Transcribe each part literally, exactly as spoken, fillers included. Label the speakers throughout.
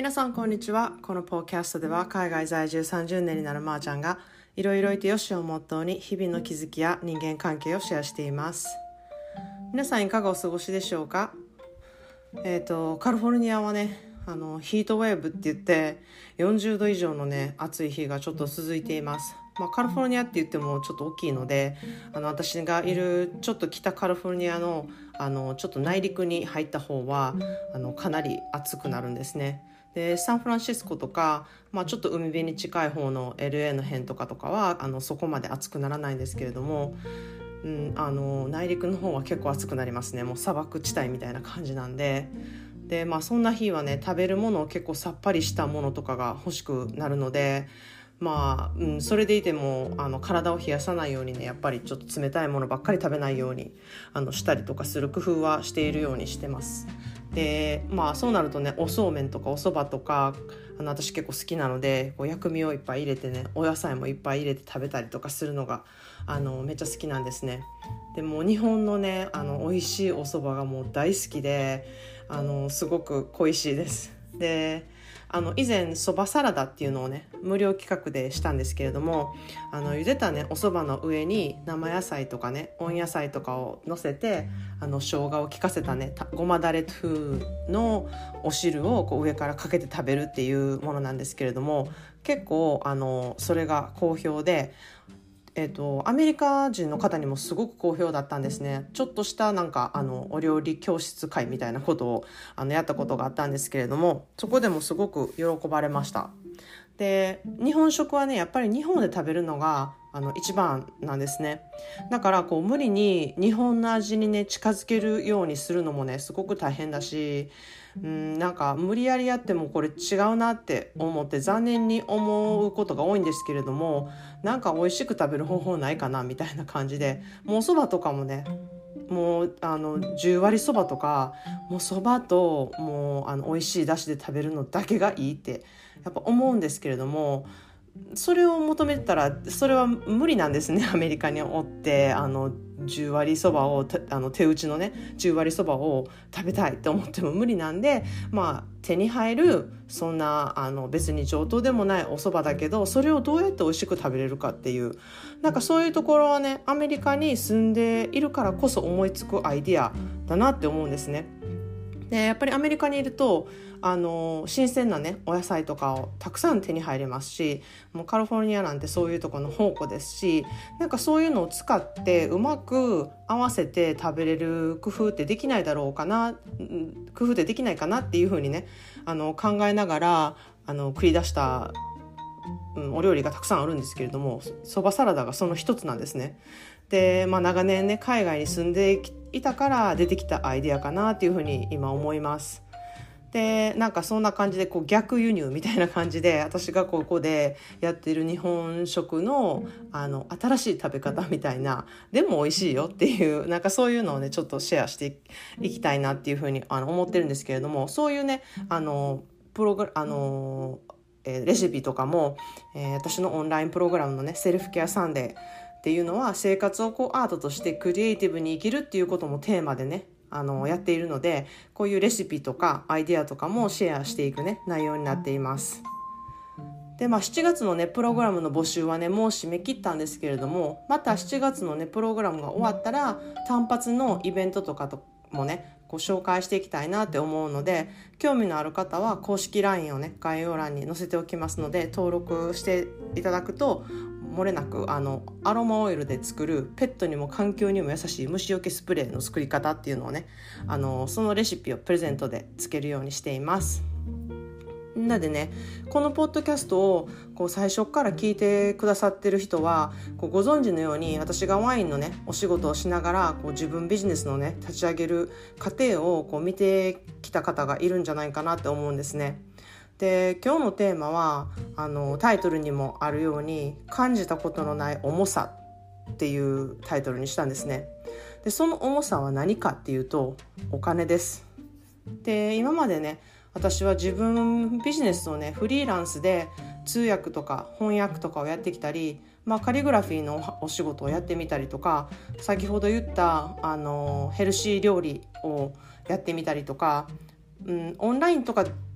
Speaker 1: 皆さんこんにちは。このポッドキャストでは海外在住さんじゅうねんになるまーちゃんがいろいろいてよしをモットーに日々の気づきや人間関係をシェアしています。皆さんいかがお過ごしでしょうか。えっとカリフォルニアはねあのヒートウェーブって言ってよんじゅうど以上のね暑い日がちょっと続いています。まあ、カリフォルニアって言ってもちょっと大きいのであの私がいるちょっと北カリフォルニアのあのちょっと内陸に入った方はあのかなり暑くなるんですね。でサンフランシスコとか、まあ、ちょっと海辺に近い方の エルエー の辺とかとかはあのそこまで暑くならないんですけれども、うん、あの内陸の方は結構暑くなりますね。もう砂漠地帯みたいな感じなんでで、まあ、そんな日はね食べるものを結構さっぱりしたものとかが欲しくなるのでまあうん、それでいてもあの体を冷やさないようにねやっぱりちょっと冷たいものばっかり食べないようにあのしたりとかする工夫はしているようにしてます。でまあそうなるとねおそうめんとかおそばとかあの私結構好きなのでこう薬味をいっぱい入れてねお野菜もいっぱい入れて食べたりとかするのがあのめっちゃ好きなんですね。でも日本のねあの美味しいおそばがもう大好きであのすごく恋しいです。であの以前そばサラダっていうのをね無料企画でしたんですけれどもあの茹でたねおそばの上に生野菜とかね温野菜とかを乗せてあの生姜を効かせたねごまだれ風のお汁をこう上からかけて食べるっていうものなんですけれども結構あのそれが好評でえーと、アメリカ人の方にもすごく好評だったんですね。ちょっとしたなんかあのお料理教室会みたいなことをあのやったことがあったんですけれどもそこでもすごく喜ばれました。で日本食はねやっぱり日本で食べるのがあの一番なんですね。だからこう無理に日本の味にね近づけるようにするのもねすごく大変だしうんなんか無理やりやってもこれ違うなって思って残念に思うことが多いんですけれどもなんか美味しく食べる方法ないかなみたいな感じでもうおそばとかもねもうあのじゅう割そばとかもうそばともうあの美味しいだしで食べるのだけがいいってやっぱ思うんですけれどもそれを求めたらそれは無理なんですね。アメリカにおってあのじゅう割そばをあの手打ちのねじゅう割そばを食べたいと思っても無理なんでまあ手に入るそんなあの別に上等でもないおそばだけどそれをどうやって美味しく食べれるかっていうなんかそういうところはねアメリカに住んでいるからこそ思いつくアイディアだなって思うんですね。でやっぱりアメリカにいるとあの新鮮なねお野菜とかをたくさん手に入れますしもうカリフォルニアなんてそういうところの宝庫ですしなんかそういうのを使ってうまく合わせて食べれる工夫ってできないだろうかな工夫ってできないかなっていうふうにねあの考えながらあの繰り出したうん、お料理がたくさんあるんですけれどもそばサラダがその一つなんですね。で、まあ、長年ね海外に住んでいたから出てきたアイデアかなっていうふうに今思います。でなんかそんな感じでこう逆輸入みたいな感じで私がここでやってる日本食 の, あの新しい食べ方みたいなでも美味しいよっていうなんかそういうのをねちょっとシェアしていきたいなっていうふうにあの思ってるんですけれどもそういうねあのプログラあのレシピとかも、えー、私のオンラインプログラムのねセルフケアサンデーっていうのは生活をこうアートとしてクリエイティブに生きるっていうこともテーマでねあのやっているのでこういうレシピとかアイデアとかもシェアしていくね内容になっています。でまあしちがつのねプログラムの募集はねもう締め切ったんですけれどもまたしちがつのねプログラムが終わったら単発のイベントとかともねご紹介していきたいなって思うので興味のある方は公式 ライン をね概要欄に載せておきますので登録していただくと漏れなくあのアロマオイルで作るペットにも環境にも優しい虫除けスプレーの作り方っていうのをねあのそのレシピをプレゼントでつけるようにしています。なのでねこのポッドキャストをこう最初から聞いてくださってる人はこうご存知のように私がワインのねお仕事をしながらこう自分ビジネスのね立ち上げる過程をこう見てきた方がいるんじゃないかなって思うんですね。で今日のテーマはあのタイトルにもあるように感じたことのない重さっていうタイトルにしたんですね。でその重さは何かっていうとお金です。で今までね私は自分ビジネスをねフリーランスで通訳とか翻訳とかをやってきたり、まあ、カリグラフィーのお仕事をやってみたりとか先ほど言ったあのヘルシー料理をやってみたりとか、うん、オンラインとか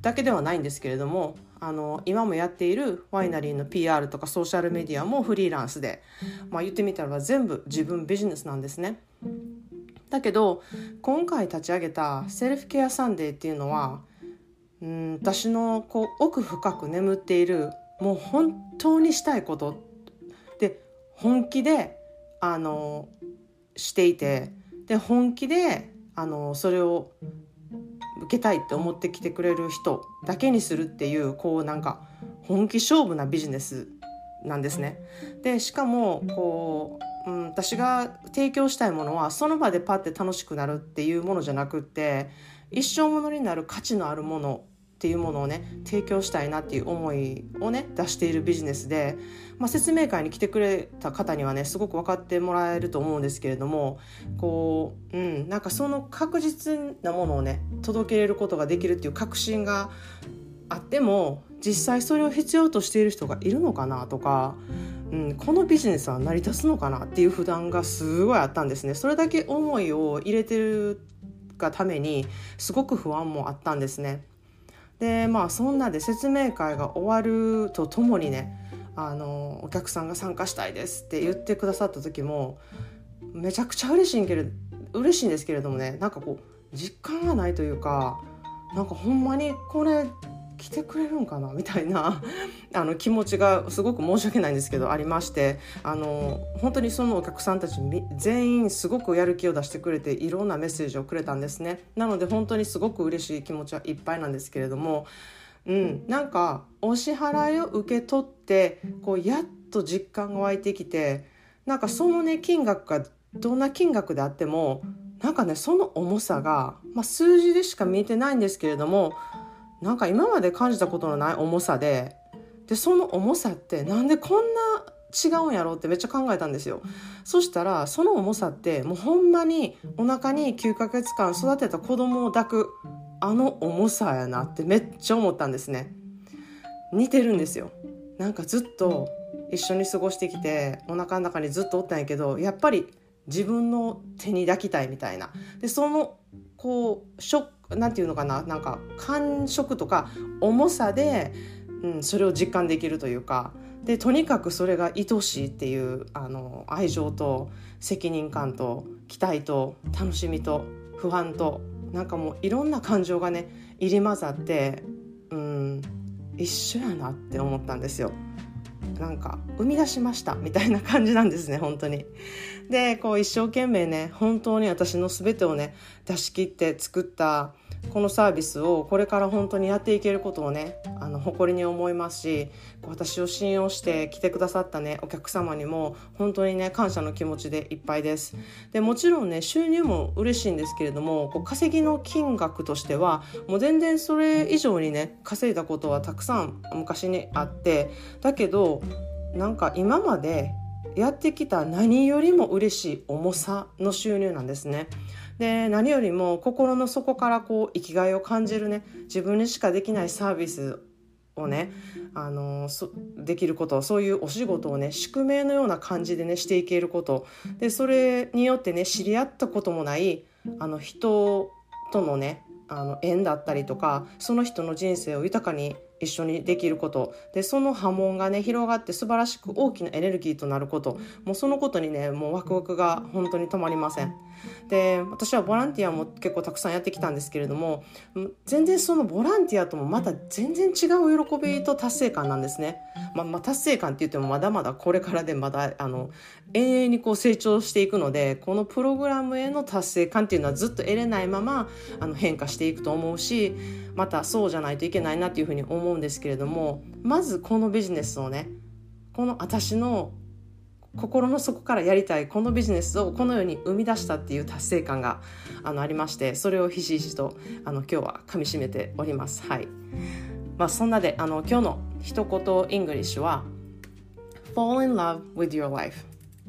Speaker 1: だけではないんですけれども、あの今もやっているワイナリーの ピーアール とかソーシャルメディアもフリーランスで、まあ、言ってみたら全部自分ビジネスなんですね。だけど今回立ち上げたセルフケアサンデーっていうのは、うん、私のこう奥深く眠っているもう本当にしたいことで本気であのしていて、で本気であのそれを受けたいって思ってきてくれる人だけにするっていう、こうなんか本気勝負なビジネスなんですね。でしかもこう、うん、私が提供したいものはその場でパッて楽しくなるっていうものじゃなくって、一生ものになる価値のあるものっていうものをね提供したいなっていう思いをね出しているビジネスで、まあ、説明会に来てくれた方にはねすごく分かってもらえると思うんですけれども、こう、うん、なんかその確実なものをね届けれることができるっていう確信があっても、実際それを必要としている人がいるのかなとか、うん、このビジネスは成り立つのかなっていう不安がすごいあったんですね。それだけ思いを入れてるがためにすごく不安もあったんですね。でまあそんなで説明会が終わるとともにね、あのお客さんが参加したいですって言ってくださった時もめちゃくちゃ嬉しいんけれ嬉しいんですけれどもね、なんかこう実感がないというか、なんかほんまにこれ来てくれるんかなみたいなあの気持ちがすごく申し訳ないんですけどありまして、あの本当にそのお客さんたち全員すごくやる気を出してくれていろんなメッセージをくれたんですね。なので本当にすごく嬉しい気持ちはいっぱいなんですけれども、うん、なんかお支払いを受け取ってこうやっと実感が湧いてきて、なんかそのね金額がどんな金額であってもなんかねその重さが、まあ、数字でしか見えてないんですけれども、なんか今まで感じたことのない重さで、でその重さってなんでこんな違うんやろうってめっちゃ考えたんですよ。そしたらその重さってもうほんまにお腹にきゅうかげつかん育てた子供を抱くあの重さやなってめっちゃ思ったんですね。似てるんですよ。なんかずっと一緒に過ごしてきてお腹の中にずっとおったんやけど、やっぱり自分の手に抱きたいみたいな、でそのこうショックなんていうのかな、なんか感触とか重さで、うん、それを実感できるというか、でとにかくそれが愛しいっていうあの愛情と責任感と期待と楽しみと不安となんかもういろんな感情がね入り混ざって、うん、一緒やなって思ったんですよ。なんか生み出しましたみたいな感じなんですね本当に。でこう一生懸命ね本当に私の全てをね出し切って作ったこのサービスをこれから本当にやっていけることをねあの誇りに思いますし、私を信用して来てくださったねお客様にも本当にね感謝の気持ちでいっぱいです。でもちろんね収入も嬉しいんですけれども、こう稼ぎの金額としてはもう全然それ以上にね稼いだことはたくさん昔にあって、だけどなんか今までやってきた何よりも嬉しい重さの収入なんですね。で何よりも心の底からこう生きがいを感じるね自分にしかできないサービスをねあのそできること、そういうお仕事をね宿命のような感じでねしていけることで、それによってね知り合ったこともないあの人とのねあの縁だったりとか、その人の人生を豊かに一緒にできることで、その波紋がね広がって素晴らしく大きなエネルギーとなること、もうそのことにねもうワクワクが本当に止まりません。で私はボランティアも結構たくさんやってきたんですけれども、全然そのボランティアともまた全然違う喜びと達成感なんですね。まあ、まあ達成感って言ってもまだまだこれからでまだあの永遠にこう成長していくので、このプログラムへの達成感っていうのはずっと得れないままあの変化していくと思うし、またそうじゃないといけないなっていうふうに思うんですけれども、まずこのビジネスをねこの私の心の底からやりたいこのビジネスをこの世に生み出したっていう達成感があのありまして、それをひしひしとあの今日は噛み締めております。はい。まあそんなであの今日の一言イングリッシュは Fall in love with your life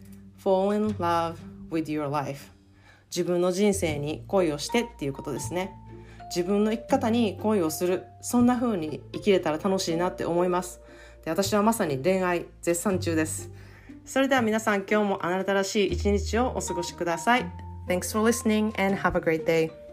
Speaker 1: Fall in love with your life 自分の人生に恋をしてっていうことですね。自分の生き方に恋をする、そんな風に生きれたら楽しいなって思います。で私はまさに恋愛絶賛中です。それでは皆さん今日もあなたらしい一日をお過ごしください。Thanks for listening and have a great day.